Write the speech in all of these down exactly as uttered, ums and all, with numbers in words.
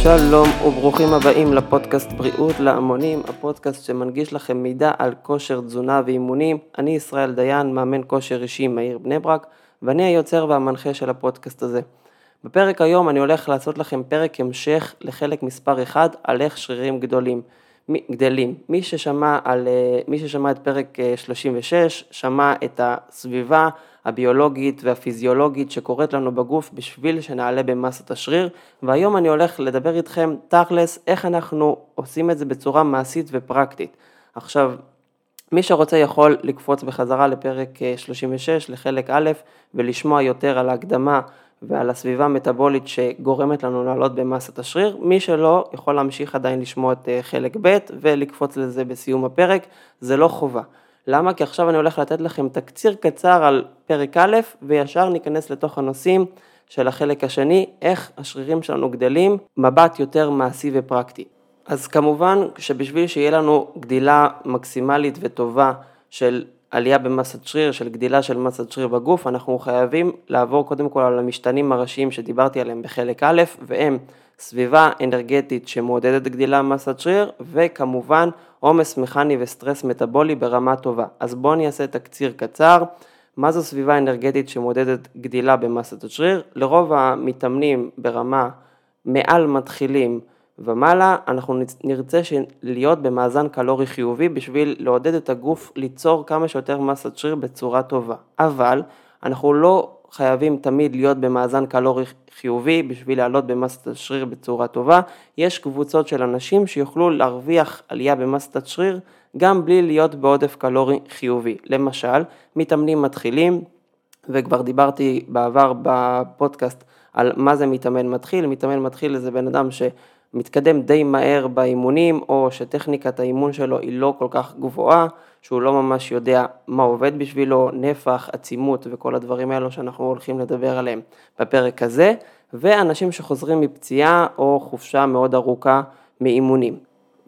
שלום וברוכים הבאים לפודקאסט בריאות להמונים, הפודקאסט שמנגיש לכם מידע על כושר, תזונה ואימונים. אני ישראל דיין, מאמן כושר אישי מהעיר בני ברק, ואני היוצר והמנחה של הפודקאסט הזה. בפרק היום אני הולך לעשות לכם פרק המשך לחלק מספר אחד על איך שרירים גדולים, גדלים. מי ששמע, על, מי ששמע את פרק שלושים ושש, שמע את הסביבה הביולוגית והפיזיולוגית שקורית לנו בגוף בשביל שנעלה במסת השריר, והיום אני הולך לדבר איתכם תכלס איך אנחנו עושים את זה בצורה מעשית ופרקטית. עכשיו, מי שרוצה יכול לקפוץ בחזרה לפרק שלושים ושש, לחלק א', ולשמוע יותר על ההקדמה ועל הסביבה המטאבולית שגורמת לנו לעלות במסת השריר. מי שלא יכול להמשיך עדיין לשמוע את חלק ב' ולקפוץ לזה בסיום הפרק, זה לא חובה. למה? כי עכשיו אני הולך לתת לכם תקציר קצר על פרק א', וישר ניכנס לתוך הנושאים של החלק השני, איך השרירים שלנו גדלים, מבט יותר מעשי ופרקטי. אז כמובן שבשביל שיהיה לנו גדילה מקסימלית וטובה של עלייה במסת שריר, של גדילה של מסת שריר בגוף, אנחנו חייבים לעבור קודם כל על המשתנים הראשיים שדיברתי עליהם בחלק א', והם סביבה אנרגטית שמעודדת גדילה במסת שריר, וכמובן עומס מכני וסטרס מטאבולי ברמה טובה. אז בואו אני אעשה תקציר קצר. מה זו סביבה אנרגטית שמעודדת גדילה במסת השריר? לרוב המתאמנים ברמה מעל מתחילים ומעלה, אנחנו נרצה להיות במאזן קלורי חיובי בשביל לעודד את הגוף ליצור כמה שיותר מסת שריר בצורה טובה. אבל אנחנו לא חייבים תמיד להיות במאזן קלורי חיובי בשביל לעלות במסת השריר בצורה טובה. יש קבוצות של אנשים שיוכלו להרוויח עלייה במסת השריר גם בלי להיות בעודף קלורי חיובי. למשל, מתאמנים מתחילים, וכבר דיברתי בעבר בפודקאסט על מה זה מתאמן מתחיל. מתאמן מתחיל זה בן אדם שמתקדם די מהר באימונים, או שטכניקת האימון שלו היא לא כל כך גבוהה, שהוא לא ממש יודע מה עובד בשבילו, נפח, עצימות וכל הדברים האלו שאנחנו הולכים לדבר עליהם בפרק הזה, ואנשים שחוזרים מפציעה או חופשה מאוד ארוכה מאימונים.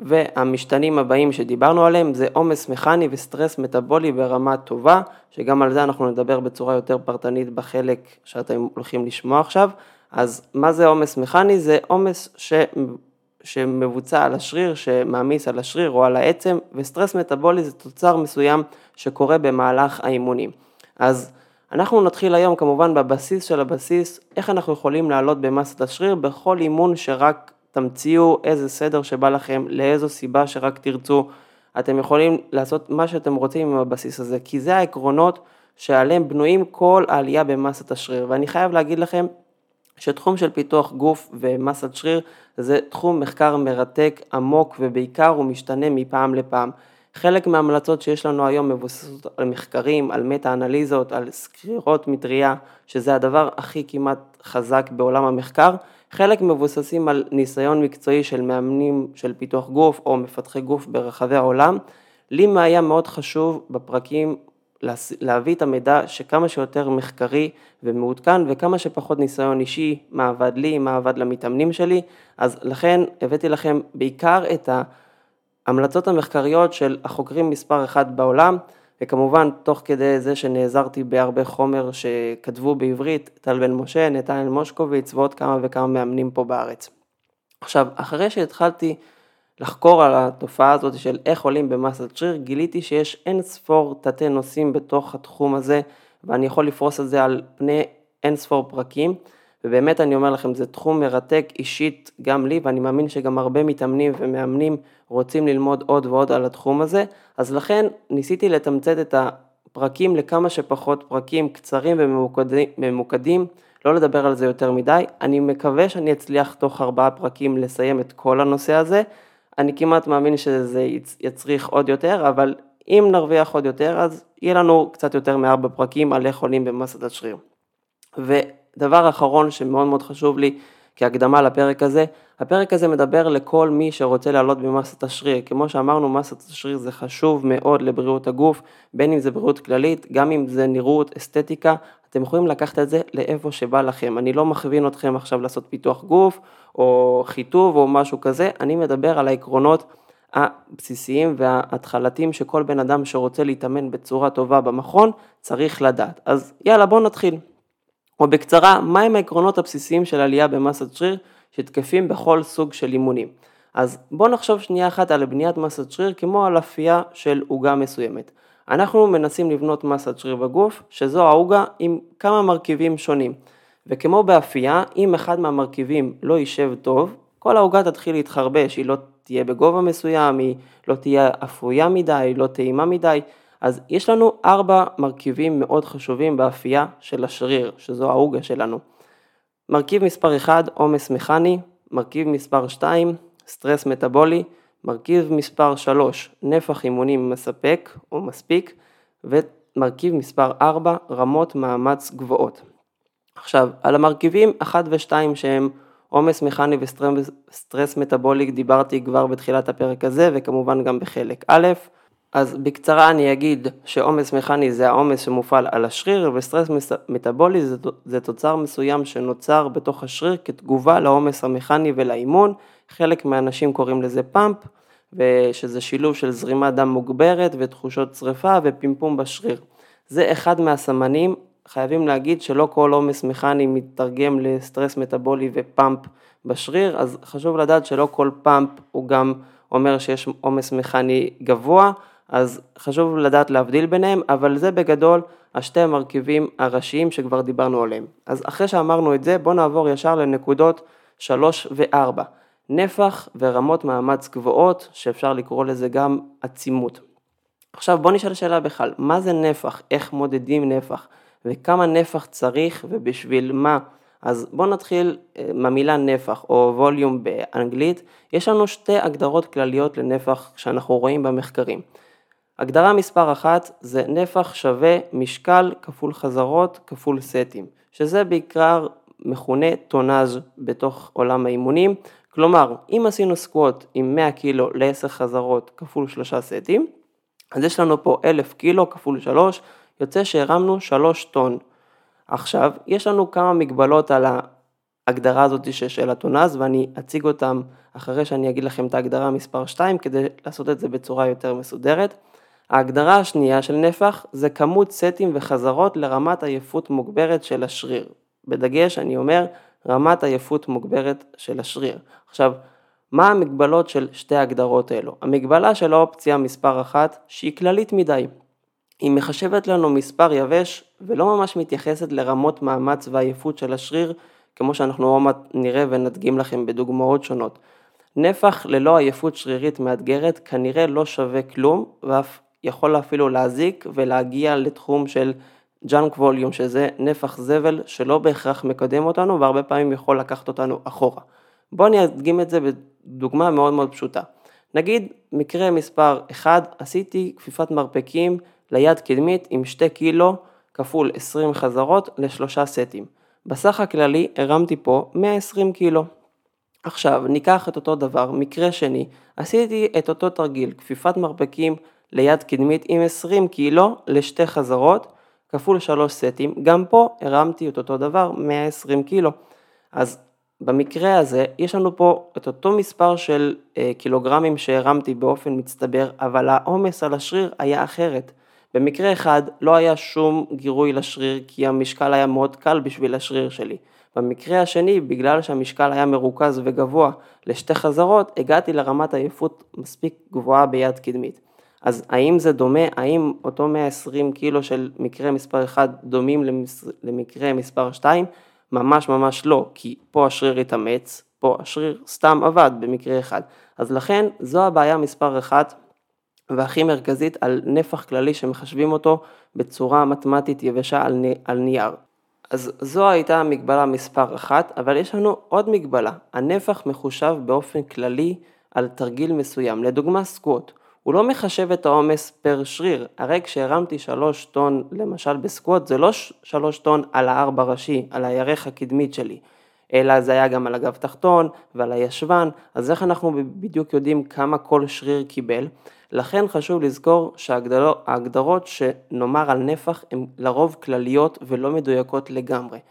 והמשתנים הבאים שדיברנו עליהם זה עומס מכני וסטרס מטאבולי ברמה טובה, שגם על זה אנחנו נדבר בצורה יותר פרטנית בחלק שאתם הולכים לשמוע עכשיו. אז מה זה עומס מכני? זה עומס ש... שמבוצע על השריר, שמעמיס על השריר או על העצם, וסטרס מטאבולי זה תוצר מסוים שקורה במהלך האימונים. אז אנחנו נתחיל היום כמובן בבסיס של הבסיס, איך אנחנו יכולים לעלות במסת השריר בכל אימון שרק תמציאו, איזה סדר שבא לכם, לאיזו סיבה שרק תרצו, אתם יכולים לעשות מה שאתם רוצים עם הבסיס הזה, כי זה העקרונות שעליהם בנויים כל העלייה במסת השריר, ואני חייב להגיד לכם, שתחום של פיתוח גוף ומסת שריר זה תחום מחקר מרתק, עמוק, ובעיקר הוא משתנה מפעם לפעם. חלק מההמלצות שיש לנו היום מבוססות על מחקרים, על מטה-אנליזות, על סקירות מטריה, שזה הדבר הכי כמעט חזק בעולם המחקר. חלק מבוססים על ניסיון מקצועי של מאמנים של פיתוח גוף או מפתחי גוף ברחבי העולם. לי מה היה מאוד חשוב בפרקים להביא את המידע שכמה שיותר מחקרי ומעודכן, וכמה שפחות ניסיון אישי, מה עבד לי, מה עבד למתאמנים שלי. אז לכן הבאתי לכם בעיקר את ההמלצות המחקריות של החוקרים מספר אחד בעולם, וכמובן תוך כדי זה שנעזרתי בהרבה חומר שכתבו בעברית, טל בן משה, נתנאל מושקוביץ ועוד כמה וכמה מאמנים פה בארץ. עכשיו, אחרי שהתחלתי לחקור על התופעה הזאת של איך עולים במסת שריר, גיליתי שיש אין ספור תתי נושאים בתוך התחום הזה, ואני יכול לפרוס את זה על פני אין ספור פרקים, ובאמת אני אומר לכם, זה תחום מרתק אישית גם לי, ואני מאמין שגם הרבה מתאמנים ומאמנים רוצים ללמוד עוד ועוד על התחום הזה, אז לכן ניסיתי לתמצת את הפרקים לכמה שפחות פרקים קצרים וממוקדים, לא לדבר על זה יותר מדי. אני מקווה שאני אצליח תוך ארבעה פרקים לסיים את כל הנושא הזה, אני כמעט מאמין שזה יצריך עוד יותר, אבל אם נרוויח עוד יותר, אז יהיה לנו קצת יותר מארבע פרקים על איך עולים במסת השריר. ודבר אחרון שמאוד מאוד חשוב לי כהקדמה לפרק הזה, הפרק הזה מדבר לכל מי שרוצה לעלות במסת השריר. כמו שאמרנו, מסת השריר זה חשוב מאוד לבריאות הגוף, בין אם זה בריאות כללית, גם אם זה נראות, אסתטיקה, אתם יכולים לקחת את זה לאיפה שבא לכם. אני לא מכווין אתכם עכשיו לעשות פיתוח גוף, או חיטוב, או משהו כזה. אני מדבר על העקרונות הבסיסיים וההתחלתיים שכל בן אדם שרוצה להתאמן בצורה טובה במכון צריך לדעת. אז יאללה, בואו נתחיל. או בקצרה, מהם העקרונות הבסיסיים של עלייה במסת שריר שתקפים בכל סוג של אימונים. אז בואו נחשוב שנייה אחת על בניית מסת שריר כמו על אפייה של עוגה מסוימת. אנחנו מנסים לבנות מסת שריר בגוף, שזו העוגה עם כמה מרכיבים שונים. וכמו באפייה, אם אחד מהמרכיבים לא יישב טוב, כל העוגה תתחיל להתחרבש, היא לא תהיה בגובה מסוים, היא לא תהיה אפויה מדי, היא לא טעימה מדי. אז יש לנו ארבע מרכיבים מאוד חשובים באפייה של השריר, שזו העוגה שלנו. מרכיב מספר אחד, עומס מכני, מרכיב מספר שתיים, סטרס מטאבולי, מרכיב מספר שלוש, נפח אימונים מספק או מספיק, ומרכיב מספר ארבע, רמות מאמץ גבוהות. עכשיו, על המרכיבים אחת ושתיים שהם עומס מכני וסטרס מטאבולי דיברתי כבר בתחילת הפרק הזה, וכמובן גם בחלק א', אז בקצרה אני אגיד שעומס מכני זה העומס שמופעל על השריר, וסטרס מטאבולי זה, זה תוצר מסוים שנוצר בתוך השריר כתגובה לעומס המכני ולאימון. חלק מהאנשים קוראים לזה פאמפ, ושזה שילוב של זרימת דם מוגברת ותחושות שריפה ופימפום בשריר. זה אחד מהסמנים. חייבים להגיד שלא כל עומס מכני מתרגם לסטרס מטאבולי ופאמפ בשריר, אז חשוב לדעת שלא כל פאמפ הוא גם אומר שיש עומס מכני גבוה, אז חשוב לדעת להבדיל ביניהם, אבל זה בגדול השתי המרכיבים הראשיים שכבר דיברנו עליהם. אז אחרי שאמרנו את זה, בואו נעבור ישר לנקודות שלוש וארבע. נפח ורמות מאמץ גבוהות, שאפשר לקרוא לזה גם עצימות. עכשיו בואו נשאל שאלה בכלל, מה זה נפח? איך מודדים נפח? וכמה נפח צריך ובשביל מה? אז בואו נתחיל מהמילה נפח או ווליום באנגלית. יש לנו שתי הגדרות כלליות לנפח שאנחנו רואים במחקרים. הגדרה מספר אחת זה נפח שווה משקל כפול חזרות כפול סטים, שזה בעיקר מכונה טונאז' בתוך עולם האימונים. כלומר, אם עשינו סקווט עם מאה קילו ל-עשר חזרות כפול שלושה סטים, אז יש לנו פה אלף קילו כפול שלוש, יוצא שהרמנו שלוש טון. עכשיו, יש לנו כמה מגבלות על ההגדרה הזאת של הטונאז' ואני אציג אותם אחרי שאני אגיד לכם את ההגדרה מספר שתיים, כדי לעשות את זה בצורה יותר מסודרת. ההגדרה השנייה של נפח זה כמות סטים וחזרות לרמת עייפות מוגברת של השריר. בדגש אני אומר רמת עייפות מוגברת של השריר. עכשיו, מה המגבלות של שתי ההגדרות האלו? המגבלה של האופציה מספר אחת שהיא כללית מדי. היא מחשבת לנו מספר יבש ולא ממש מתייחסת לרמות מאמץ ועייפות של השריר, כמו שאנחנו עוד מעט נראה ונדגים לכם בדוגמאות שונות. נפח ללא עייפות שרירית מאתגרת כנראה לא שווה כלום, ואף יכול אפילו להזיק ולהגיע לתחום של ג'אנק ווליום, שזה נפח זבל שלא בהכרח מקדם אותנו והרבה פעמים יכול לקחת אותנו אחורה. בואו נדגים את זה בדוגמה מאוד מאוד פשוטה. נגיד מקרה מספר אחד, עשיתי כפיפת מרפקים ליד קדמית עם שתי קילו כפול עשרים חזרות לשלושה סטים. בסך הכללי הרמתי פה מאה ועשרים קילו. עכשיו ניקח את אותו דבר, מקרה שני, עשיתי את אותו תרגיל, כפיפת מרפקים ליד קדמית עם עשרים קילו לשתי חזרות כפול שלוש סטים, גם פה הרמתי את אותו דבר, מאה ועשרים קילו. אז במקרה הזה יש לנו פה את אותו מספר של אה, קילוגרמים שהרמתי באופן מצטבר, אבל העומס על השריר היה אחרת. במקרה אחד לא היה שום גירוי לשריר כי המשקל היה מאוד קל בשביל השריר שלי. במקרה השני, בגלל שהמשקל היה מרוכז וגבוה לשתי חזרות, הגעתי לרמת עייפות מספיק גבוהה ביד קדמית. אז האם זה דומה? האם אותו מאה ועשרים קילו של מקרה מספר אחד דומים למקרה מספר שתיים? ממש ממש לא, כי פה השריר התאמץ, פה השריר סתם עבד במקרה אחד. אז לכן זו הבעיה מספר אחת והכי מרכזית על נפח כללי שמחשבים אותו בצורה מתמטית יבשה על, על נייר. אז זו הייתה המגבלה מספר אחת, אבל יש לנו עוד מגבלה. הנפח מחושב באופן כללי על תרגיל מסוים, לדוגמה סקווט. הוא לא מחשב את העומס פר שריר, הרי כשהרמתי שלוש טון למשל בסקווט, זה לא שלוש טון על הארבע ראשי, על הירך הקדמית שלי, אלא זה היה גם על הגב תחתון ועל הישבן, אז איך אנחנו בדיוק יודעים כמה כל שריר קיבל? לכן חשוב לזכור שההגדרות שנאמר על נפח הן לרוב כלליות ולא מדויקות לגמרי.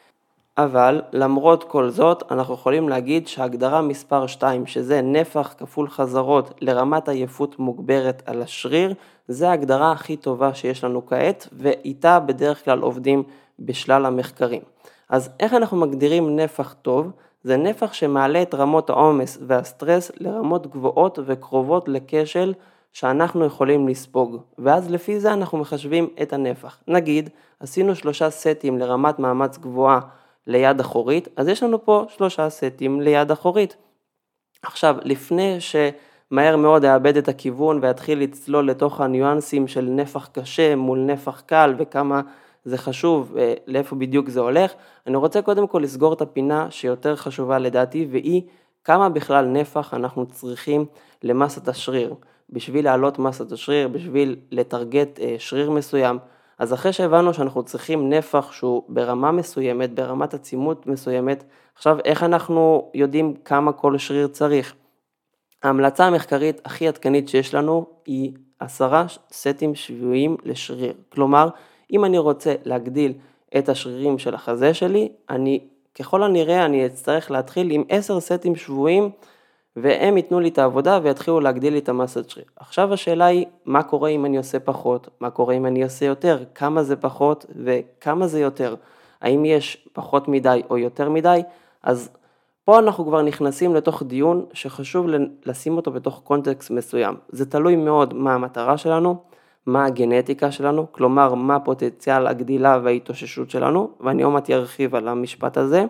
אבל למרות כל זאת אנחנו יכולים להגיד שההגדרה מספר שתיים, שזה נפח כפול חזרות לרמת עייפות מוגברת על השריר, זה ההגדרה הכי טובה שיש לנו כעת, ואיתה בדרך כלל עובדים בשלל המחקרים. אז איך אנחנו מגדירים נפח טוב? זה נפח שמעלה את רמות העומס והסטרס לרמות גבוהות וקרובות לכשל שאנחנו יכולים לספוג, ואז לפי זה אנחנו מחשבים את הנפח. נגיד, עשינו שלושה סטים לרמת מאמץ גבוהה ליד אחורית, אז יש לנו פה שלושה סטים ליד אחורית. עכשיו, לפני שמהר מאוד יאבד את הכיוון ויתחיל לצלול לתוך הניואנסים של נפח קשה מול נפח קל וכמה זה חשוב, לאיפה בדיוק זה הולך, אני רוצה קודם כל לסגור את הפינה שיותר חשובה לדעתי, והיא כמה בכלל נפח אנחנו צריכים למסת השריר. בשביל להעלות מסת השריר, בשביל לטרגט שריר מסוים, אז אחרי שהבנו שאנחנו צריכים נפח שהוא ברמה מסוימת, ברמת עצימות מסוימת, עכשיו איך אנחנו יודעים כמה כל שריר צריך? ההמלצה המחקרית הכי עדכנית שיש לנו היא עשרה סטים שבועיים לשריר. כלומר, אם אני רוצה להגדיל את השרירים של החזה שלי, אני ככל הנראה אני אצטרך להתחיל עם עשר סטים שבועיים, והם ייתנו לי את העבודה ויתחילו להגדיל לי את המסת שריר. עכשיו השאלה היא, מה קורה אם אני עושה פחות? מה קורה אם אני עושה יותר? כמה זה פחות וכמה זה יותר? האם יש פחות מדי או יותר מדי? אז פה אנחנו כבר נכנסים לתוך דיון שחשוב לשים אותו בתוך קונטקסט מסוים. זה תלוי מאוד מה המטרה שלנו, מה הגנטיקה שלנו, כלומר מה פוטנציאל הגדילה וההתאוששות שלנו, ואני עוד מעט ארחיב על המשפט הזה,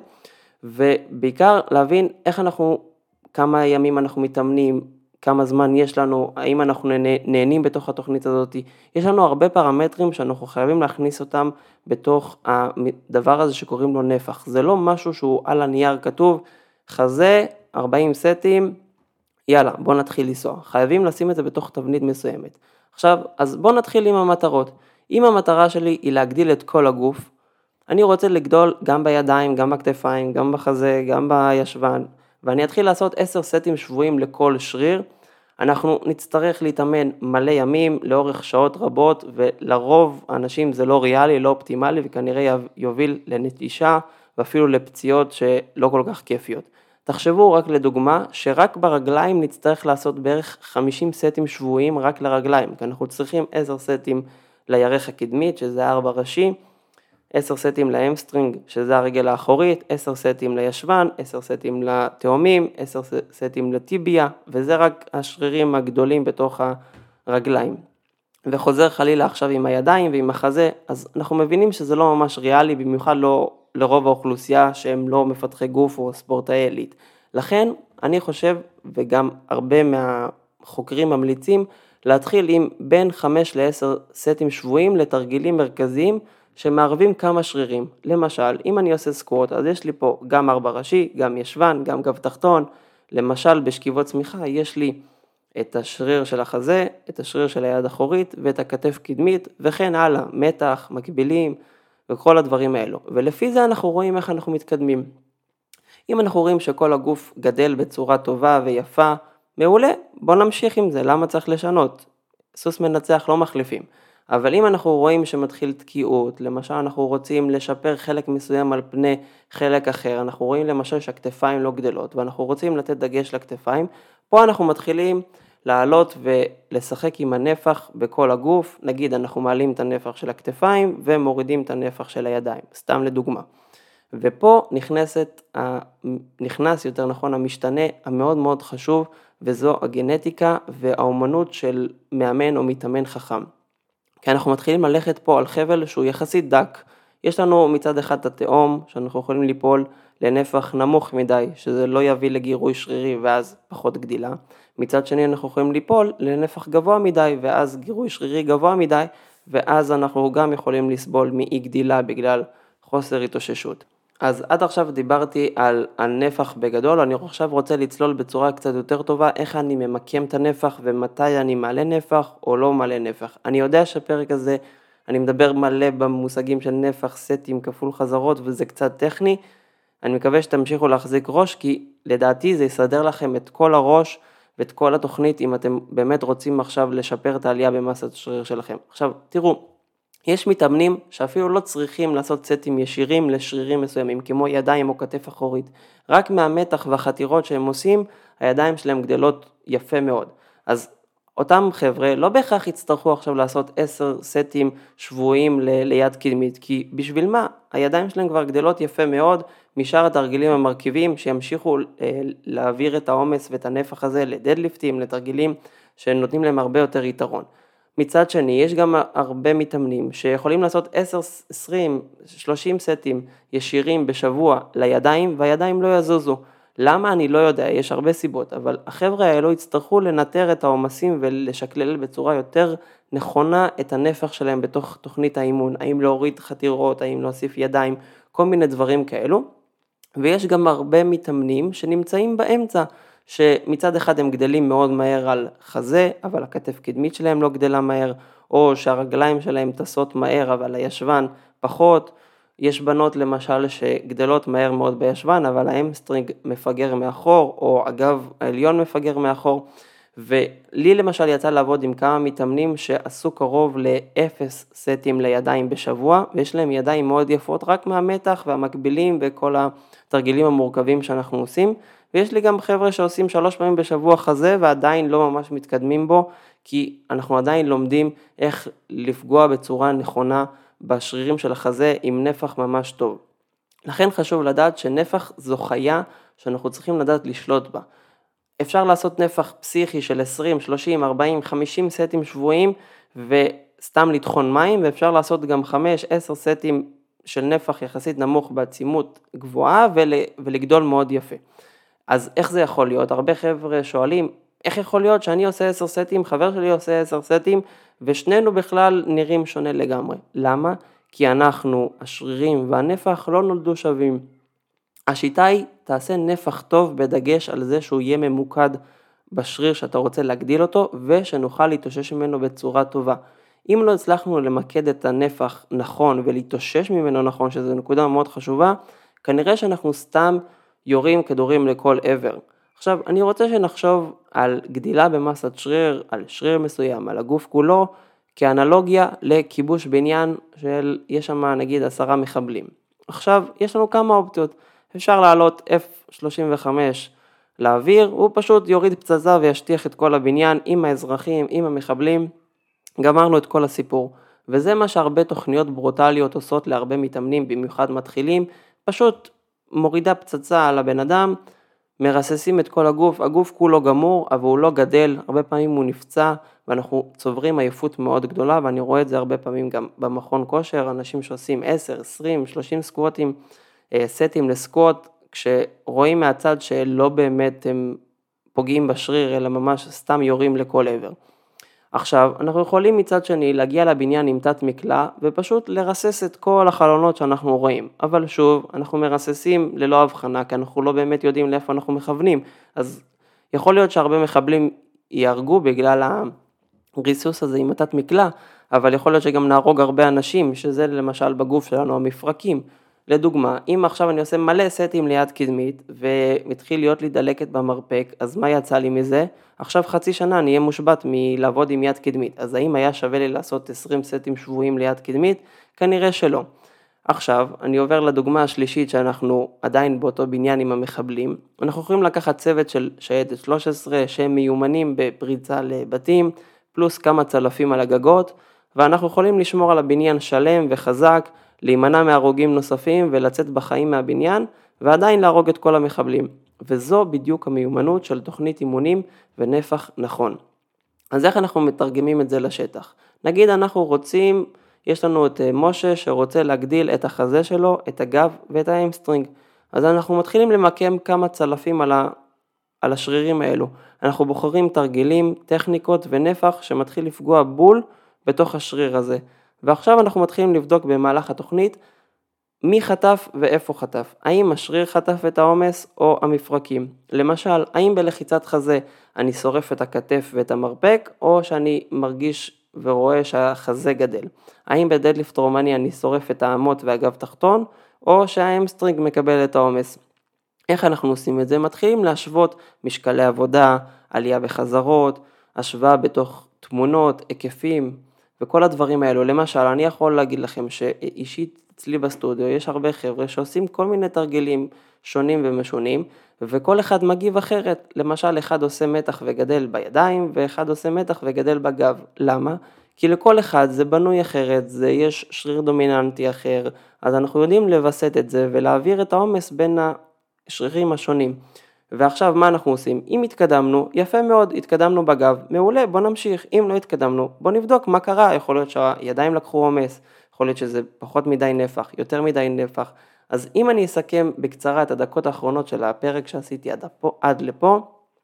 ובעיקר להבין איך אנחנו, כמה ימים אנחנו מתאמנים, כמה זמן יש לנו, האם אנחנו נהנים בתוך התוכנית הזאת, יש לנו הרבה פרמטרים שאנחנו חייבים להכניס אותם בתוך הדבר הזה שקוראים לו נפח, זה לא משהו שהוא על הנייר כתוב, חזה, ארבעים סטים, יאללה בוא נתחיל לנסוע, חייבים לשים את זה בתוך תבנית מסוימת. עכשיו, אז בוא נתחיל עם המטרות. אם המטרה שלי היא להגדיל את כל הגוף, אני רוצה לגדול גם בידיים, גם בכתפיים, גם בחזה, גם בישבן, ואני אתחיל לעשות עשר סטים שבועיים לכל שריר, אנחנו נצטרך להתאמן מלא ימים, לאורך שעות רבות, ולרוב האנשים זה לא ריאלי, לא אופטימלי, וכנראה יוביל לנטישה, ואפילו לפציעות שלא כל כך כיפיות. תחשבו רק לדוגמה, שרק ברגליים נצטרך לעשות בערך חמישים סטים שבועיים רק לרגליים, כי אנחנו צריכים עשר סטים לירך הקדמית, שזה ארבע ראשי, עשר סטים לאמסטרינג, שזה הרגל האחורית, עשר סטים לישבן, עשר סטים לתאומים, עשר סטים לטיביה, וזה רק השרירים הגדולים בתוך הרגליים. וחוזר חלילה עכשיו עם הידיים ועם החזה, אז אנחנו מבינים שזה לא ממש ריאלי, במיוחד לא לרוב האוכלוסייה שהם לא מפתחי גוף או ספורטאי עילית. לכן אני חושב, וגם הרבה מהחוקרים ממליצים, להתחיל עם בין חמש לעשר סטים שבועיים לתרגילים מרכזיים, שמערבים כמה שרירים. למשל, אם אני עושה סקווט, אז יש לי פה גם ארבע ראשי, גם ישבן, גם גב תחתון. למשל, בשכיבות צמיחה יש לי את השריר של החזה, את השריר של היד אחורית ואת הכתף קדמית, וכן הלאה, מתח, מקבילים וכל הדברים האלו. ולפי זה אנחנו רואים איך אנחנו מתקדמים. אם אנחנו רואים שכל הגוף גדל בצורה טובה ויפה, מעולה, בוא נמשיך עם זה, למה צריך לשנות? סוס מנצח לא מחליפים. אבל אם אנחנו רואים שמתחיל תקיעות, למשל אנחנו רוצים לשפר חלק מסוים על פני חלק אחר, אנחנו רואים למשל שהכתפיים לא גדלות, ואנחנו רוצים לתת דגש לכתפיים, פה אנחנו מתחילים לעלות ולשחק עם הנפח בכל הגוף, נגיד אנחנו מעלים את הנפח של הכתפיים ומורידים את הנפח של הידיים, סתם לדוגמה. ופה נכנסת, נכנס יותר נכון המשתנה המאוד מאוד חשוב, וזו הגנטיקה והאומנות של מאמן או מתאמן חכם. כי אנחנו מתחילים ללכת פה על חבל שהוא יחסית דק. יש לנו מצד אחד את התאום, שאנחנו יכולים ליפול לנפח נמוך מדי, שזה לא יביא לגירוי שרירי ואז פחות גדילה. מצד שני אנחנו יכולים ליפול לנפח גבוה מדי, ואז גירוי שרירי גבוה מדי, ואז אנחנו גם יכולים לסבול מאי גדילה בגלל חוסר התאוששות. אז עד עכשיו דיברתי על הנפח בגדול, אני עכשיו רוצה לצלול בצורה קצת יותר טובה, איך אני ממקם את הנפח ומתי אני מעלה נפח או לא מעלה נפח. אני יודע שהפרק הזה, אני מדבר מלא במושגים של נפח, סטים, כפול חזרות, וזה קצת טכני. אני מקווה שתמשיכו להחזיק ראש, כי לדעתי זה יסדר לכם את כל הראש ואת כל התוכנית, אם אתם באמת רוצים עכשיו לשפר את העלייה במסת השריר שלכם. עכשיו, תראו, יש מתאמנים שאפילו לא צריכים לעשות סטים ישירים לשרירים מסוימים, כמו ידיים או כתף אחורית. רק מהמתח והחתירות שהם עושים, הידיים שלהם גדלות יפה מאוד. אז אותם חבר'ה לא בהכרח יצטרכו עכשיו לעשות עשר סטים שבועיים ל- ליד קדמית, כי בשביל מה? הידיים שלהם כבר גדלות יפה מאוד משאר התרגילים המרכיבים שימשיכו אה, להעביר את העומס ואת הנפח הזה לדדליפטים, לתרגילים שנותנים להם הרבה יותר יתרון. מצד שני, יש גם הרבה מתאמנים שיכולים לעשות עשר, עשרים, שלושים סטים ישירים בשבוע לידיים, והידיים לא יזוזו. למה? אני לא יודע, יש הרבה סיבות, אבל החבר'ה האלו יצטרכו לנטר את העומסים ולשקלל בצורה יותר נכונה את הנפח שלהם בתוך תוכנית האימון, האם להוריד חתירות, האם להוסיף ידיים, כל מיני דברים כאלו. ויש גם הרבה מתאמנים שנמצאים באמצע, שמצד אחד הם גדלים מאוד מהר על חזה, אבל הכתף קדמית שלהם לא גדלה מהר, או שהרגליים שלהם טסות מהר, אבל הישבן פחות. יש בנות למשל שגדלות מהר מאוד בישבן, אבל האמסטרינג מפגר מאחור, או הגב העליון מפגר מאחור. ולי למשל יצא לעבוד עם כמה מתאמנים שעשו קרוב לאפס סטים לידיים בשבוע, ויש להם ידיים מאוד יפות רק מהמתח והמקבילים וכל התרגילים המורכבים שאנחנו עושים. ויש לי גם חבר'ה שעושים שלוש פעמים בשבוע חזה ועדיין לא ממש מתקדמים בו, כי אנחנו עדיין לומדים איך לפגוע בצורה נכונה בשרירים של החזה עם נפח ממש טוב. לכן חשוב לדעת שנפח זו חיה שאנחנו צריכים לדעת לשלוט בה. אפשר לעשות נפח פסיכי של עשרים, שלושים, ארבעים, חמישים סטים שבועיים וסתם לטחון מים, ואפשר לעשות גם חמש, עשר סטים של נפח יחסית נמוך בעצימות גבוהה ולגדול מאוד יפה. אז איך זה יכול להיות? הרבה חבר'ה שואלים, איך יכול להיות שאני עושה עשר סטים, חבר שלי עושה עשר סטים, ושנינו בכלל נראים שונה לגמרי. למה? כי אנחנו, השרירים והנפח לא נולדו שווים. השיטה היא, תעשה נפח טוב בדגש על זה שהוא יהיה ממוקד בשריר שאתה רוצה להגדיל אותו, ושנוכל להתאושש ממנו בצורה טובה. אם לא הצלחנו למקד את הנפח נכון ולהתאושש ממנו נכון, שזו נקודה מאוד חשובה, כנראה שאנחנו סתם יורים כדורים לכל עבר. עכשיו, אני רוצה שנחשוב על גדילה במסת שריר, על שריר מסוים, על הגוף כולו, כאנלוגיה לכיבוש בניין של, יש שם נגיד עשרה מחבלים. עכשיו, יש לנו כמה אופציות. אפשר לעלות אף שלושים וחמש לאוויר, הוא פשוט יוריד פצצה וישטיח את כל הבניין עם האזרחים, עם המחבלים, גמרנו את כל הסיפור. וזה מה שהרבה תוכניות ברוטליות עושות להרבה מתאמנים, במיוחד מתחילים, פשוט מורידה פצצה על הבן אדם, מרססים את כל הגוף, הגוף כולו גמור, אבל הוא לא גדל, הרבה פעמים הוא נפצע, ואנחנו צוברים עייפות מאוד גדולה, ואני רואה את זה הרבה פעמים גם במכון כושר, אנשים שעושים עשר, עשרים, שלושים סקווטים, סטים לסקווט, כשרואים מהצד שלא באמת הם פוגעים בשריר, אלא ממש סתם יורים לכל עבר. עכשיו, אנחנו יכולים מצד שני להגיע לבניין עם תת מקלע, ופשוט לרסס את כל החלונות שאנחנו רואים. אבל שוב, אנחנו מרססים ללא הבחנה, כי אנחנו לא באמת יודעים לאיפה אנחנו מכוונים. אז יכול להיות שהרבה מחבלים יהרגו בגלל הריסוס הזה עם התת מקלע, אבל יכול להיות שגם נהרוג הרבה אנשים, שזה למשל בגוף שלנו המפרקים. לדוגמה, אם עכשיו אני עושה מלא סטים ליד קדמית, ומתחיל להיות לי דלקת במרפק, אז מה יצא לי מזה? עכשיו חצי שנה אני אהיה מושבת מלעבוד עם יד קדמית, אז האם היה שווה לי לעשות עשרים סטים שבועים ליד קדמית? כנראה שלא. עכשיו, אני עובר לדוגמה השלישית שאנחנו עדיין באותו בניין עם המחבלים. אנחנו יכולים לקחת צוות של שייטת שלוש עשרה שהם מיומנים בפריצה לבתים, פלוס כמה צלפים על הגגות, ואנחנו יכולים לשמור על הבניין שלם וחזק, להימנע מהרוגים נוספים ולצאת בחיים מהבניין, ועדיין להרוג את כל המחבלים. וזו בדיוק המיומנות של תוכנית אימונים ונפח נכון. אז איך אנחנו מתרגמים את זה לשטח? נגיד אנחנו רוצים, יש לנו את משה שרוצה להגדיל את החזה שלו, את הגב ואת האמסטרינג. אז אנחנו מתחילים למקם כמה צלפים על, ה, על השרירים האלו. אנחנו בוחרים תרגילים, טכניקות ונפח שמתחיל לפגוע בול בתוך השריר הזה. ועכשיו אנחנו מתחילים לבדוק במהלך התוכנית מי חטף ואיפה חטף. האם השריר חטף את העומס או המפרקים? למשל, האם בלחיצת חזה אני שורף את הכתף ואת המרפק, או שאני מרגיש ורואה שהחזה גדל? האם בדדליפט רומני אני שורף את האמות והגב תחתון, או שהאמסטרינג מקבל את העומס? איך אנחנו עושים את זה? מתחילים להשוות משקלי עבודה, עלייה בחזרות, השוואה בתוך תמונות, היקפים, וכל הדברים האלו. למשל, אני יכול להגיד לכם שאישית אצלי בסטודיו יש הרבה חבר'ה שעושים כל מיני תרגילים שונים ומשונים, וכל אחד מגיב אחרת, למשל אחד עושה מתח וגדל בידיים, ואחד עושה מתח וגדל בגב. למה? כי לכל אחד זה בנוי אחרת, זה יש שריר דומיננטי אחר, אז אנחנו יודעים לבסט את זה ולהעביר את העומס בין השרירים השונים. ועכשיו מה אנחנו עושים? אם התקדמנו, יפה מאוד, התקדמנו בגב, מעולה, בוא נמשיך. אם לא התקדמנו, בוא נבדוק מה קרה, יכול להיות שהידיים לקחו עומס, יכול להיות שזה פחות מדי נפח, יותר מדי נפח. אז אם אני אסכם בקצרה את הדקות האחרונות של הפרק שעשיתי עד, פה, עד לפה,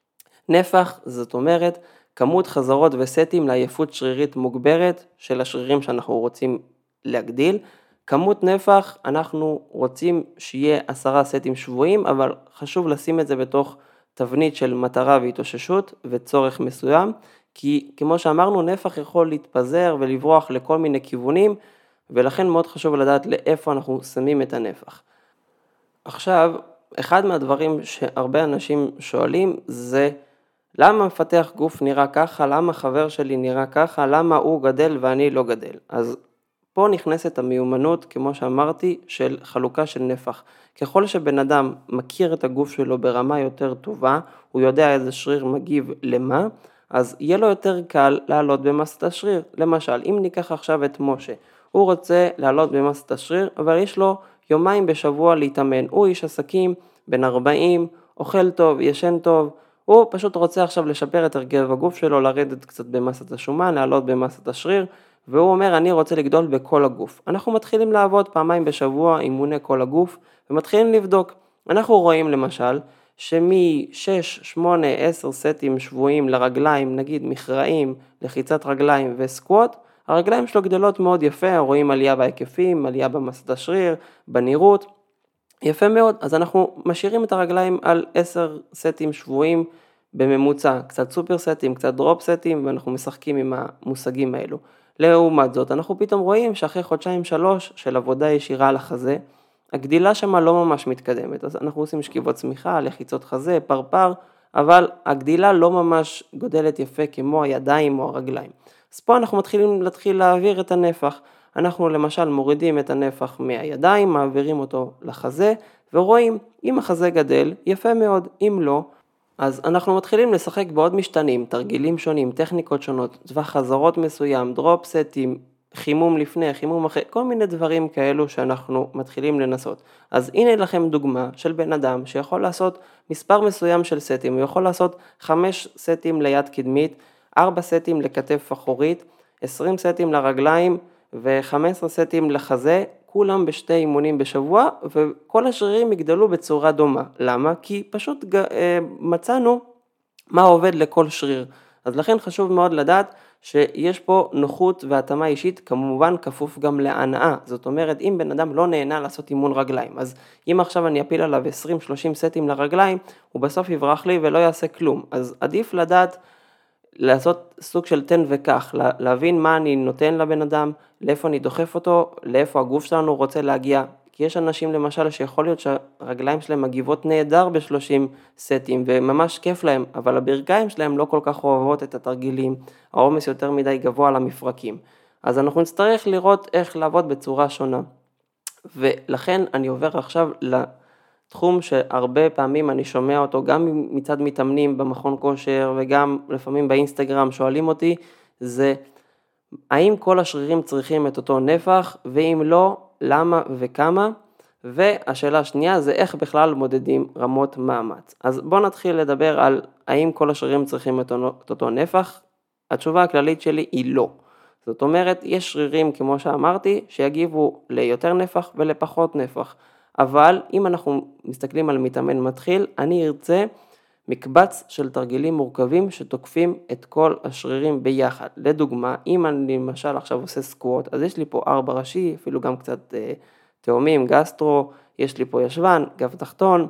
נפח זאת אומרת כמות חזרות וסטים לעייפות שרירית מוגברת של השרירים שאנחנו רוצים להגדיל. כמות נפח אנחנו רוצים שיהיה עשרה סטים שבועים, אבל חשוב לשים את זה בתוך תבנית של מטרה והתאוששות וצורך מסוים, כי כמו שאמרנו נפח יכול להתפזר ולברוח לכל מיני כיוונים, ולכן מאוד חשוב לדעת לאיפה אנחנו שמים את הנפח. עכשיו, אחד מהדברים שהרבה אנשים שואלים זה, למה מפתח גוף נראה ככה, למה חבר שלי נראה ככה, למה הוא גדל ואני לא גדל? אז פה נכנסת המיומנות, כמו שאמרתי, של חלוקה של נפח. ככל שבן אדם מכיר את הגוף שלו ברמה יותר טובה, הוא יודע איזה שריר מגיב למה, אז יהיה לו יותר קל לעלות במסת השריר. למשל, אם ניקח עכשיו את משה, הוא רוצה לעלות במסת השריר, אבל יש לו יומיים בשבוע להתאמן. הוא איש עסקים, בן ארבעים, אוכל טוב, ישן טוב, הוא פשוט רוצה עכשיו לשפר את הרכב הגוף שלו, לרדת קצת במסת השומן, לעלות במסת השריר, והוא אומר אני רוצה לגדול בכל הגוף. אנחנו מתחילים לעבוד פעמיים בשבוע אימוני כל הגוף, ומתחילים לבדוק. אנחנו רואים למשל, שמ-שש, שמונה, עשר סטים שבועים לרגליים, נגיד מכרעים, לחיצת רגליים וסקווט, הרגליים שלו גדלות מאוד יפה, רואים עלייה בהיקפים, עלייה במסת השריר, בנראות, יפה מאוד. אז אנחנו משאירים את הרגליים על עשר סטים שבועים בממוצע, קצת סופר סטים, קצת דרופ סטים, ואנחנו משחקים עם המושגים האלו. לעומת זאת, אנחנו פתאום רואים שאחרי חודשיים שלוש של עבודה ישירה על החזה, הגדילה שמה לא ממש מתקדמת, אז אנחנו עושים שכיבות צמיחה, לחיצות חזה, פרפר, אבל הגדילה לא ממש גודלת יפה כמו הידיים או הרגליים. אז פה אנחנו מתחילים להתחיל להעביר את הנפח, אנחנו למשל מורידים את הנפח מהידיים, מעבירים אותו לחזה, ורואים אם החזה גדל, יפה מאוד, אם לא, אז אנחנו מתחילים לשחק בעוד משתנים, תרגילים שונים, טכניקות שונות, טווח חזרות מסוים, דרופ סטים, חימום לפני, חימום אחרי, כל מיני דברים כאלו שאנחנו מתחילים לנסות. אז הנה לכם דוגמה של בן אדם שיכול לעשות מספר מסוים של סטים, הוא יכול לעשות חמש סטים ליד קדמית, ארבע סטים לכתף אחורית, עשרים סטים לרגליים ו-חמישה עשר סטים לחזה, כולם בשתי אימונים בשבוע, וכל השרירים יגדלו בצורה דומה. למה? כי פשוט מצאנו מה עובד לכל שריר. אז לכן חשוב מאוד לדעת שיש פה נוחות והתאמה אישית, כמובן כפוף גם להנאה. זאת אומרת, אם בן אדם לא נהנה לעשות אימון רגליים, אז אם עכשיו אני אפיל עליו עשרים שלושים סטים לרגליים, הוא בסוף יברח לי ולא יעשה כלום. אז עדיף לדעת לעשות סוג של תן וכך, להבין מה אני נותן לבן אדם, לאיפה אני דוחף אותו, לאיפה הגוף שלנו רוצה להגיע, כי יש אנשים למשל שיכול להיות שהרגליים שלהם מגיבות נהדר ב-שלושים סטים, וממש כיף להם, אבל הברכיים שלהם לא כל כך אוהבות את התרגילים, העומס יותר מדי גבוה על המפרקים, אז אנחנו נצטרך לראות איך לעבוד בצורה שונה, ולכן אני עובר עכשיו לתחום שהרבה פעמים אני שומע אותו, גם מצד מתאמנים במכון כושר, וגם לפעמים באינסטגרם שואלים אותי, זה האם כל השרירים צריכים את אותו נפח, ואם לא, למה וכמה, והשאלה השנייה זה איך בכלל מודדים רמות מאמץ. אז בואו נתחיל לדבר על האם כל השרירים צריכים את אותו נפח. התשובה הכללית שלי היא לא. זאת אומרת, יש שרירים כמו שאמרתי, שיגיבו ליותר נפח ולפחות נפח. אבל אם אנחנו מסתכלים על מתאמן מתחיל, אני ארצה מקבץ של תרגילים מורכבים שתוקפים את כל השרירים ביחד. לדוגמה, אם אני למשל עכשיו עושה סקווט, אז יש לי פה ארבע ראשי, אפילו גם קצת אה, תאומים, גסטרו, יש לי פה ישבן, גב תחתון,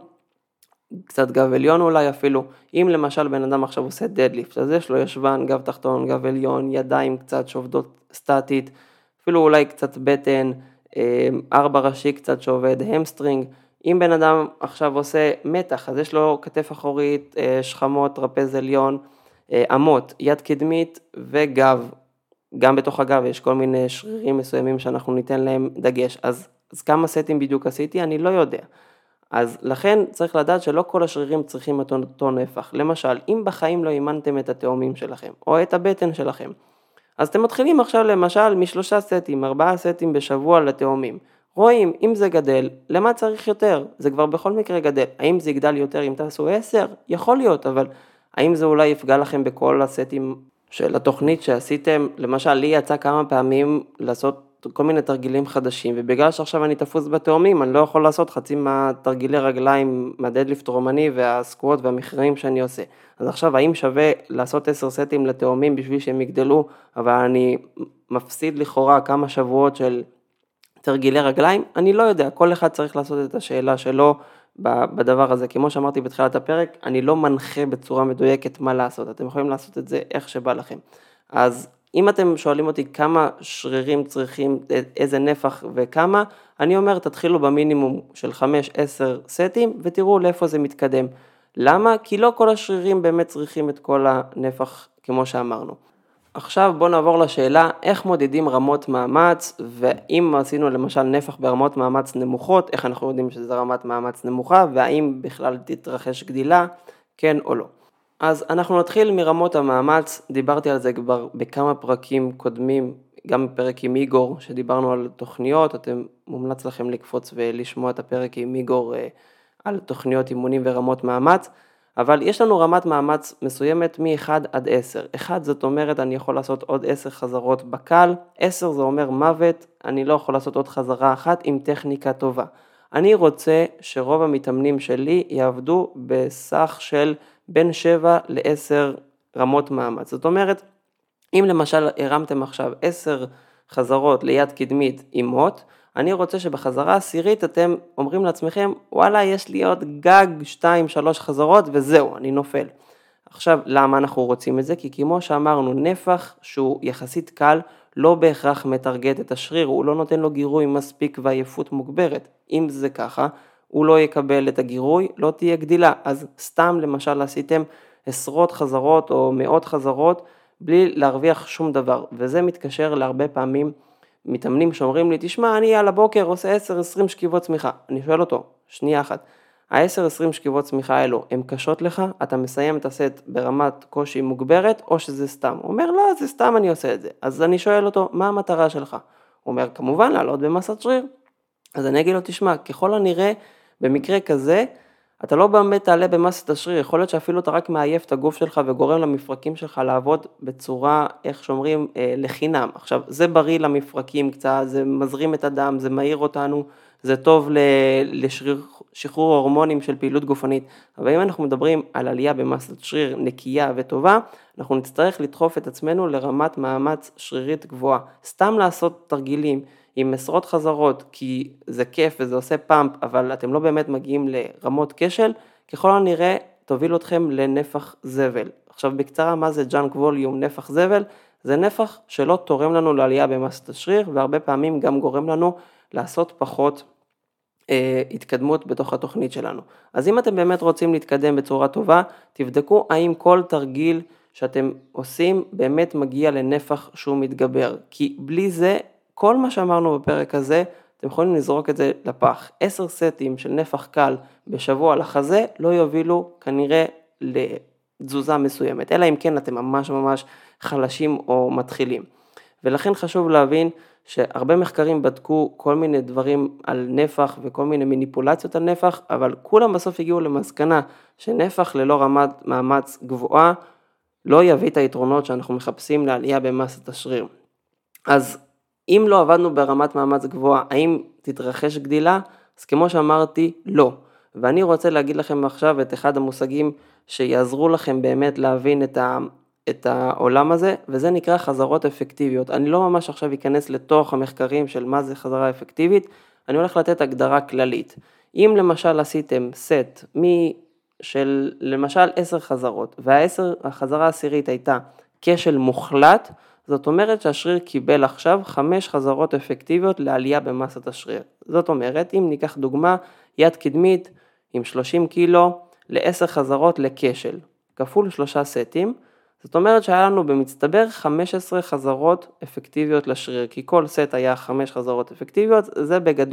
קצת גב עליון אולי אפילו. אם למשל בן אדם עכשיו עושה דדליפט, אז יש לו ישבן, גב תחתון, גב עליון, ידיים קצת שעובדות סטטית, אפילו אולי קצת בטן, אה, ארבע ראשי קצת שעובד, המסטרינג. אם בן אדם עכשיו עושה מתח, אז יש לו כתף אחורית, שכמות, טרפז עליון, אמות, יד קדמית וגב. גם בתוך הגב יש כל מיני שרירים מסוימים שאנחנו ניתן להם דגש. אז, אז כמה סטים בדיוק עשיתי? אני לא יודע. אז לכן צריך לדעת שלא כל השרירים צריכים את אותו נפח. למשל, אם בחיים לא אימנתם את התאומים שלכם, או את הבטן שלכם, אז אתם מתחילים עכשיו למשל משלושה סטים, ארבעה סטים בשבוע לתאומים. רואים, אם זה גדל, למה צריך יותר? זה כבר בכל מקרה גדל. האם זה יגדל יותר אם תעשו עשר? יכול להיות, אבל האם זה אולי יפגע לכם בכל הסטים של התוכנית שעשיתם? למשל, לי יצא כמה פעמים לעשות כל מיני תרגילים חדשים, ובגלל שעכשיו אני תפוס בתאומים, אני לא יכול לעשות חצי מהתרגילי רגליים, מהדדליפט רומני והסקוואט והמכרעים שאני עושה. אז עכשיו, האם שווה לעשות עשר סטים לתאומים בשביל שהם יגדלו, אבל אני מפסיד לכאורה כמה שבועות של תרגילי רגליים? אני לא יודע, כל אחד צריך לעשות את השאלה שלו בדבר הזה. כמו שאמרתי בתחילת הפרק, אני לא מנחה בצורה מדויקת מה לעשות, אתם יכולים לעשות את זה איך שבא לכם. אז אם אתם שואלים אותי כמה שרירים צריכים, איזה נפח וכמה, אני אומר תתחילו במינימום של חמש עשר סטים ותראו לאיפה זה מתקדם. למה? כי לא כל השרירים באמת צריכים את כל הנפח כמו שאמרנו. עכשיו בואו נעבור לשאלה איך מודדים רמות מאמץ, ואם עשינו למשל נפח ברמות מאמץ נמוכות, איך אנחנו יודעים שזה רמת מאמץ נמוכה, והאם בכלל תתרחש גדילה, כן או לא. אז אנחנו נתחיל מרמות המאמץ, דיברתי על זה כבר בכמה פרקים קודמים, גם בפרק עם איגור שדיברנו על תוכניות, אתם מומלץ לכם לקפוץ ולשמוע את הפרק עם איגור על תוכניות אימונים ורמות מאמץ, אבל יש לנו רמת מאמץ מסוימת מ-אחד עד עשר. אחד זאת אומרת אני יכול לעשות עוד עשר חזרות בקל, עשר זה אומר מוות, אני לא יכול לעשות עוד חזרה אחת עם טכניקה טובה. אני רוצה שרוב המתאמנים שלי יעבדו בסך של בין שבע לעשר רמות מאמץ. זאת אומרת, אם למשל הרמתם עכשיו עשר חזרות ליד קדמית עם מוט, אני רוצה שבחזרה עשירית אתם אומרים לעצמכם, וואלה, יש לי עוד גג שתיים שלוש חזרות וזהו, אני נופל. עכשיו, למה אנחנו רוצים את זה? כי כמו שאמרנו, נפח שהוא יחסית קל, לא בהכרח מטרגט את השריר, הוא לא נותן לו גירוי מספיק ועייפות מוגברת. אם זה ככה, הוא לא יקבל את הגירוי, לא תהיה גדילה. אז סתם למשל עשיתם עשרות חזרות או מאות חזרות, בלי להרוויח שום דבר. וזה מתקשר להרבה פעמים מתאמנים שאומרים לי, תשמע, אני על הבוקר עושה עשר עשרים שכיבות צמיחה. אני שואל אותו, שנייה אחת, ה-עשר עשרים שכיבות צמיחה האלו, הן קשות לך? אתה מסיים את הסט ברמת קושי מוגברת, או שזה סתם? הוא אומר, לא, זה סתם אני עושה את זה. אז אני שואל אותו, מה המטרה שלך? הוא אומר, כמובן, לעלות במסת שריר. אז אני אגיד לו, תשמע, ככל הנראה, במקרה כזה, אתה לא באמת תעלה במסת השריר, יכול להיות שאפילו אתה רק מעייף את הגוף שלך ופגורם למפרקים שלך לעבוד בצורה, איך שאומרים, אה, לחינם. עכשיו, זה בריא למפרקים קצת, זה מזרים את הדם, זה מהיר אותנו, זה טוב לשחרור הורמונים של פעילות גופנית. אבל אם אנחנו מדברים על עלייה במסת שריר נקייה וטובה, אנחנו נצטרך לדחוף את עצמנו לרמת מאמץ שרירית גבוהה. סתם לעשות תרגילים עם עשרות חזרות, כי זה כיף וזה עושה פאמפ, אבל אתם לא באמת מגיעים לרמות כשל, ככל הנראה תוביל אתכם לנפח זבל. עכשיו בקצרה, מה זה ג'אנק ווליום, נפח זבל? זה נפח שלא תורם לנו לעלייה במסת השריר, והרבה פעמים גם גורם לנו לעשות פחות אה, התקדמות בתוך התוכנית שלנו. אז אם אתם באמת רוצים להתקדם בצורה טובה, תבדקו האם כל תרגיל שאתם עושים באמת מגיע לנפח שהוא מתגבר, כי בלי זה, כל מה שאמרנו בפרק הזה, אתם יכולים לזרוק את זה לפח. עשר סטים של נפח קל בשבוע לחזה, לא יובילו כנראה לתזוזה מסוימת, אלא אם כן אתם ממש ממש חלשים או מתחילים. ולכן חשוב להבין שהרבה מחקרים בדקו כל מיני דברים על נפח וכל מיני מניפולציות על נפח, אבל כולם בסוף הגיעו למסקנה שנפח ללא רמת מאמץ גבוהה, לא יביא את היתרונות שאנחנו מחפשים לעלייה במסת השריר. אז אם לא עבדנו ברמת מאמץ גבוהה, האם תתרחש גדילה? אז כמו שאמרתי, לא. ואני רוצה להגיד לכם עכשיו את אחד המושגים שיעזרו לכם באמת להבין את, ה, את העולם הזה, וזה נקרא חזרות אפקטיביות. אני לא ממש עכשיו אכנס לתוך המחקרים של מה זה חזרה אפקטיבית, אני הולך לתת הגדרה כללית. אם למשל עשיתם סט של למשל עשר חזרות, והחזרה העשירית הייתה כשל מוחלט, זאת אומרת שהשריר קיבל עכשיו חמש חזרות אפקטיביות לעלייה במסת השריר. זאת אומרת, אם ניקח דוגמה, יד קדמית עם שלושים קילו ל-עשר חזרות לכשל, כפול שלושה סטים, זאת אומרת שהיה לנו במצטבר חמש עשרה חזרות אפקטיביות לשריר, כי כל סט היה חמש חזרות אפקטיביות, זה בגדול.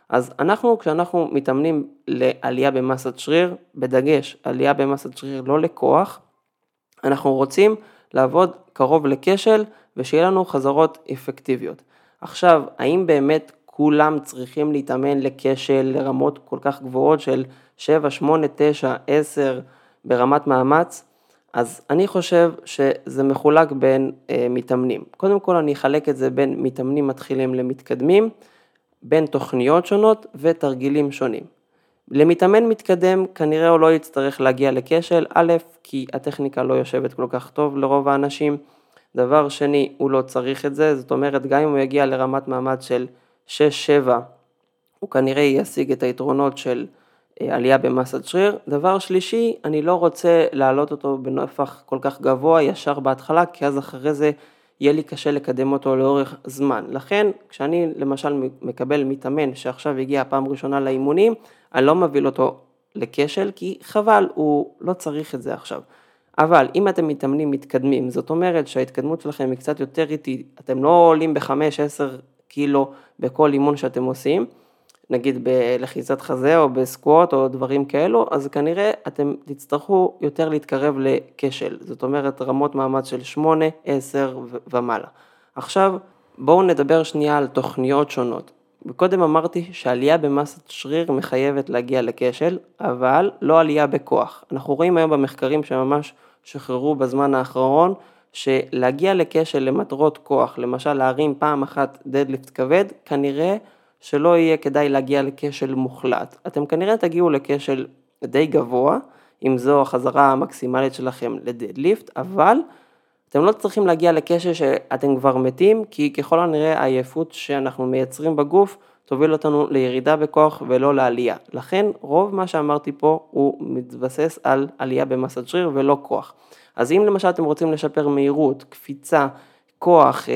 אז אנחנו, כשאנחנו מתאמנים לעלייה במסת שריר, בדגש עלייה במסת שריר לא לכוח, אנחנו רוצים לעבוד קרוב לכשל ושיהיה לנו חזרות אפקטיביות. עכשיו, האם באמת כולם צריכים להתאמן לכשל לרמות כל כך גבוהות של שבע, שמונה, תשע, עשר ברמת מאמץ? אז אני חושב שזה מחולק בין אה, מתאמנים. קודם כל אני אחלק את זה בין מתאמנים מתחילים למתקדמים, בין תוכניות שונות ותרגילים שונים. למתאמן מתקדם כנראה הוא לא יצטרך להגיע לכשל, א', כי הטכניקה לא יושבת כל כך טוב לרוב האנשים, דבר שני, הוא לא צריך את זה, זאת אומרת גם אם הוא יגיע לרמת מעמד של שש שבע, הוא כנראה ישיג את היתרונות של עלייה במסת שריר. דבר שלישי, אני לא רוצה להעלות אותו בנפח כל כך גבוה ישר בהתחלה, כי אז אחרי זה יהיה לי קשה לקדם אותו לאורך זמן. לכן, כשאני למשל מקבל מתאמן שעכשיו הגיע פעם ראשונה לאימונים, אני לא מביא אותו לכשל, כי חבל, הוא לא צריך את זה עכשיו. אבל אם אתם מתאמנים מתקדמים, זאת אומרת שההתקדמות שלכם היא קצת יותר איטית, אתם לא עולים ב-חמש עשר קילו בכל אימון שאתם עושים, נגיד בלחיצת חזה או בסקווט או דברים כאלו, אז כנראה אתם תצטרכו יותר להתקרב לכשל, זאת אומרת רמות מאמץ של שמונה, עשר ומעלה. עכשיו בואו נדבר שנייה על תוכניות שונות. קודם אמרתי שעלייה במסת שריר מחייבת להגיע לכשל, אבל לא עלייה בכוח. אנחנו רואים היום במחקרים שממש שחררו בזמן האחרון, שלהגיע לכשל למטרות כוח, למשל להרים פעם אחת דדליפט כבד, כנראה שלא יהיה כדאי להגיע לכשל מוחלט. אתם כנראה תגיעו לכשל די גבוה, אם זו החזרה המקסימלית שלכם לדדליפט, אבל אתם לא צריכים להגיע לכשל שאתם כבר מתים, כי ככל הנראה העייפות שאנחנו מייצרים בגוף, תוביל אותנו לירידה בכוח ולא לעלייה. לכן רוב מה שאמרתי פה הוא מתבסס על עלייה במסת שריר ולא כוח. אז אם למשל אתם רוצים לשפר מהירות, קפיצה, כוח,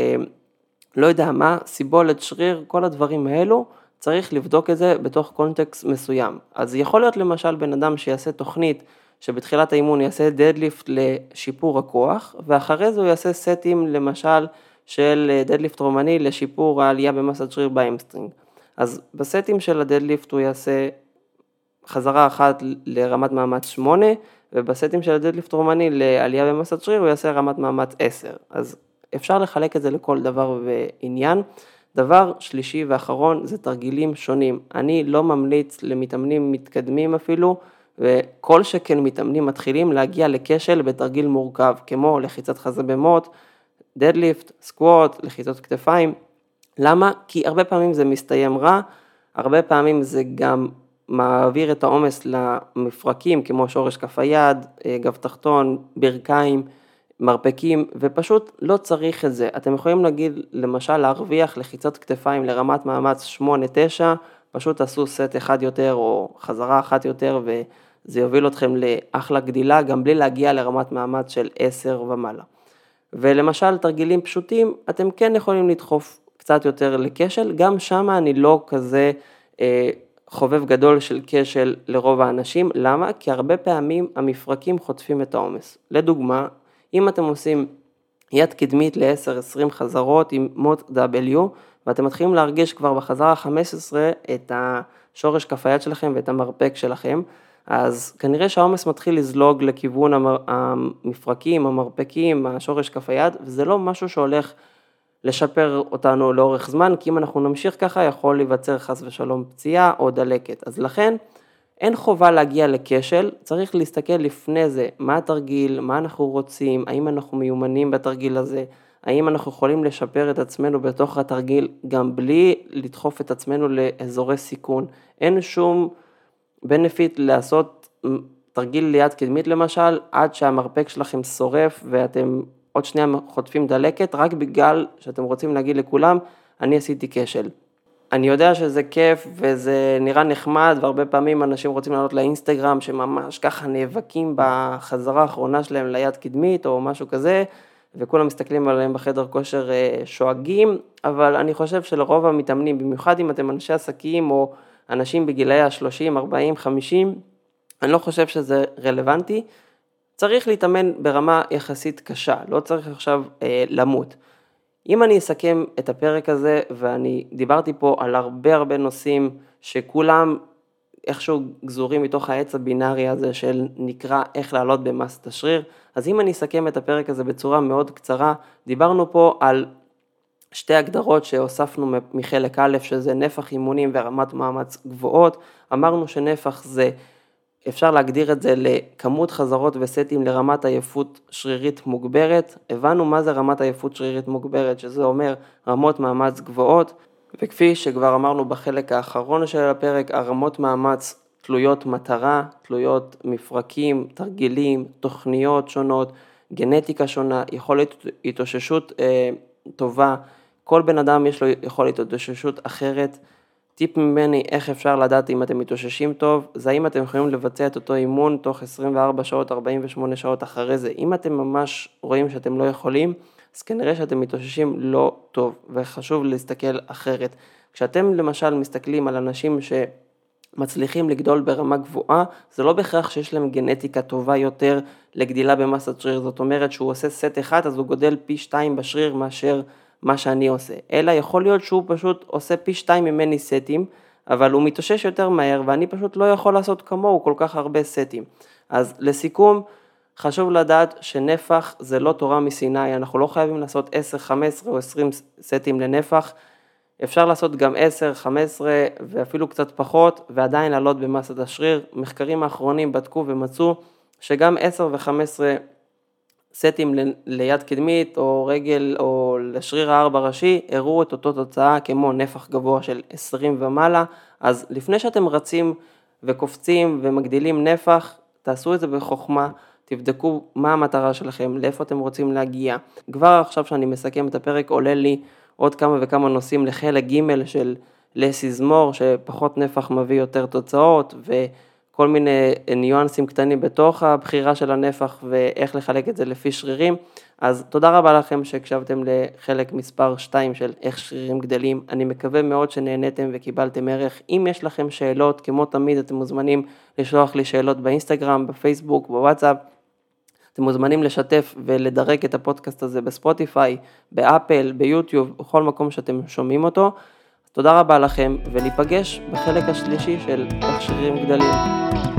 לא יודע מה, סיבולת, שריר, כל הדברים האלו, צריך לבדוק את זה בתוך קונטקסט מסוים. אז יכול להיות למשל בן אדם שיעשה תוכנית, שבתחילת האימון יעשה דדליפט לשיפור הכוח, ואחרי זה הוא יעשה סטים למשל של דדליפט רומני לשיפור העלייה במסת שריר באמסטרינג. אז בסטים של הדדליפט הוא יעשה חזרה אחת לרמת מאמץ שמונה, ובסטים של הדדליפט רומני לעלייה במסת שריר הוא יעשה רמת מאמץ עשר. אז אפשר לחלק את זה לכל דבר ועניין. דבר שלישי ואחרון זה תרגילים שונים. אני לא ממליץ למתאמנים מתקדמים אפילו, וכל שכן מתאמנים מתחילים להגיע לכשל בתרגיל מורכב, כמו לחיצת חזה במוט, דדליפט, סקווט, לחיצות כתפיים. למה? כי הרבה פעמים זה מסתיים רע, הרבה פעמים זה גם מעביר את העומס למפרקים, כמו שורש כף היד, גב תחתון, ברכיים, מרפקים, ופשוט לא צריך את זה. אתם יכולים להגיד, למשל, להרוויח לחיצות כתפיים לרמת מאמץ שמונה תשע, פשוט תעשו סט אחד יותר או חזרה אחת יותר, וזה יוביל אתכם לאחלה גדילה, גם בלי להגיע לרמת מאמץ של עשר ומעלה. ולמשל, תרגילים פשוטים, אתם כן יכולים לדחוף קצת יותר לכשל, גם שם אני לא כזה אה, חובב גדול של כשל לרוב האנשים. למה? כי הרבה פעמים המפרקים חוטפים את העומס. לדוגמה, אם אתם עושים יד קדמית ל-עשר עשרים חזרות עם מוט W, ואתם מתחילים להרגיש כבר בחזרה ה-חמש עשרה את השורש כף היד שלכם ואת המרפק שלכם, אז כנראה שהעומס מתחיל לזלוג לכיוון המפרקים, המרפקים, השורש כף היד, וזה לא משהו שהולך לשפר אותנו לאורך זמן, כי אם אנחנו נמשיך ככה יכול להיווצר חס ושלום פציעה או דלקת. אז לכן אין חובה להגיע לכשל, צריך להסתכל לפני זה, מה התרגיל, מה אנחנו רוצים, האם אנחנו מיומנים בתרגיל הזה, האם אנחנו יכולים לשפר את עצמנו בתוך התרגיל, גם בלי לדחוף את עצמנו לאזורי סיכון. אין שום בנפיט לעשות תרגיל ליד קדמית למשל, עד שהמרפק שלכם שורף ואתם עוד שנייה חוטפים דלקת, רק בגלל שאתם רוצים להגיד לכולם, אני עשיתי כשל. אני יודע שזה כיף וזה נראה נחמד, והרבה פעמים אנשים רוצים לעלות לאינסטגרם שממש ככה נאבקים בחזרה האחרונה שלהם ליד קדמית או משהו כזה, וכולם מסתכלים עליהם בחדר כושר שואגים, אבל אני חושב שלרוב המתאמנים, במיוחד אם אתם אנשי עסקים או אנשים בגילאי ה-שלושים, ארבעים, חמישים, אני לא חושב שזה רלוונטי. צריך להתאמן ברמה יחסית קשה, לא צריך עכשיו אה, למות. אם אני אסכם את הפרק הזה, ואני דיברתי פה על הרבה הרבה נושאים שכולם איכשהו גזורים מתוך העץ הבינארי הזה של נקרא איך לעלות במסת השריר. אז אם אני אסכם את הפרק הזה בצורה מאוד קצרה, דיברנו פה על שתי הגדרות שהוספנו מחלק א', שזה נפח אימונים ורמת מאמץ גבוהות. אמרנו שנפח זה, אפשר להגדיר את זה לכמות חזרות וסטים לרמת עייפות שרירית מוגברת. הבנו מה זה רמת עייפות שרירית מוגברת, שזה אומר רמות מאמץ גבוהות, וכפי שכבר אמרנו בחלק האחרון של הפרק, הרמות מאמץ תלויות מטרה, תלויות מפרקים, תרגילים, תוכניות שונות, גנטיקה שונה, יכולת התאוששות אה, טובה. כל בן אדם יש לו יכולת התאוששות אחרת. טיפ ממני איך אפשר לדעת אם אתם מתאוששים טוב, זה האם אתם יכולים לבצע את אותו אימון תוך עשרים וארבע שעות, ארבעים ושמונה שעות אחרי זה. אם אתם ממש רואים שאתם לא יכולים, אז כנראה שאתם מתאוששים לא טוב, וחשוב להסתכל אחרת. כשאתם למשל מסתכלים על אנשים שמצליחים לגדול ברמה גבוהה, זה לא בהכרח שיש להם גנטיקה טובה יותר לגדילה במסת שריר, זאת אומרת שהוא עושה סט אחד, אז הוא גודל פי שתיים בשריר מאשר מה שאני עושה, אלא יכול להיות שהוא פשוט עושה פי שתיים ממני סטים, אבל הוא מתאושש יותר מהר, ואני פשוט לא יכול לעשות כמוהו כל כך הרבה סטים. אז לסיכום, חשוב לדעת שנפח זה לא תורה מסיני, אנחנו לא חייבים לעשות עשר, חמש עשרה או עשרים סטים לנפח, אפשר לעשות גם עשר, חמש עשרה ואפילו קצת פחות, ועדיין לעלות במסת השריר. מחקרים האחרונים בדקו ומצאו שגם עשר ו-חמש עשרה סטים ליד קדמית או רגל או לשריר הארבע ראשי, הראו את אותו תוצאה כמו נפח גבוה של עשרים ומעלה. אז לפני שאתם רצים וקופצים ומגדילים נפח, תעשו את זה בחוכמה, תבדקו מה המטרה שלכם, לאיפה אתם רוצים להגיע. כבר עכשיו שאני מסכם את הפרק, עולה לי עוד כמה וכמה נושאים לחלק ג' של לסיזמור, שפחות נפח מביא יותר תוצאות, וכל מיני ניואנסים קטנים בתוך הבחירה של הנפח, ואיך לחלק את זה לפי שרירים. אז תודה רבה לכם שהקשבתם לחלק מספר שתיים של איך שרירים גדלים. אני מקווה מאוד שנהנתם וקיבלתם ערך. אם יש לכם שאלות, כמו תמיד אתם מוזמנים לשלוח לי שאלות באינסטגרם, בפייסבוק, בוואטסאפ. אתם מוזמנים לשתף ולדרג את הפודקאסט הזה בספוטיפיי, באפל, ביוטיוב, בכל מקום שאתם שומעים אותו. תודה רבה לכם, וניפגש בחלק השלישי של איך שרירים גדלים.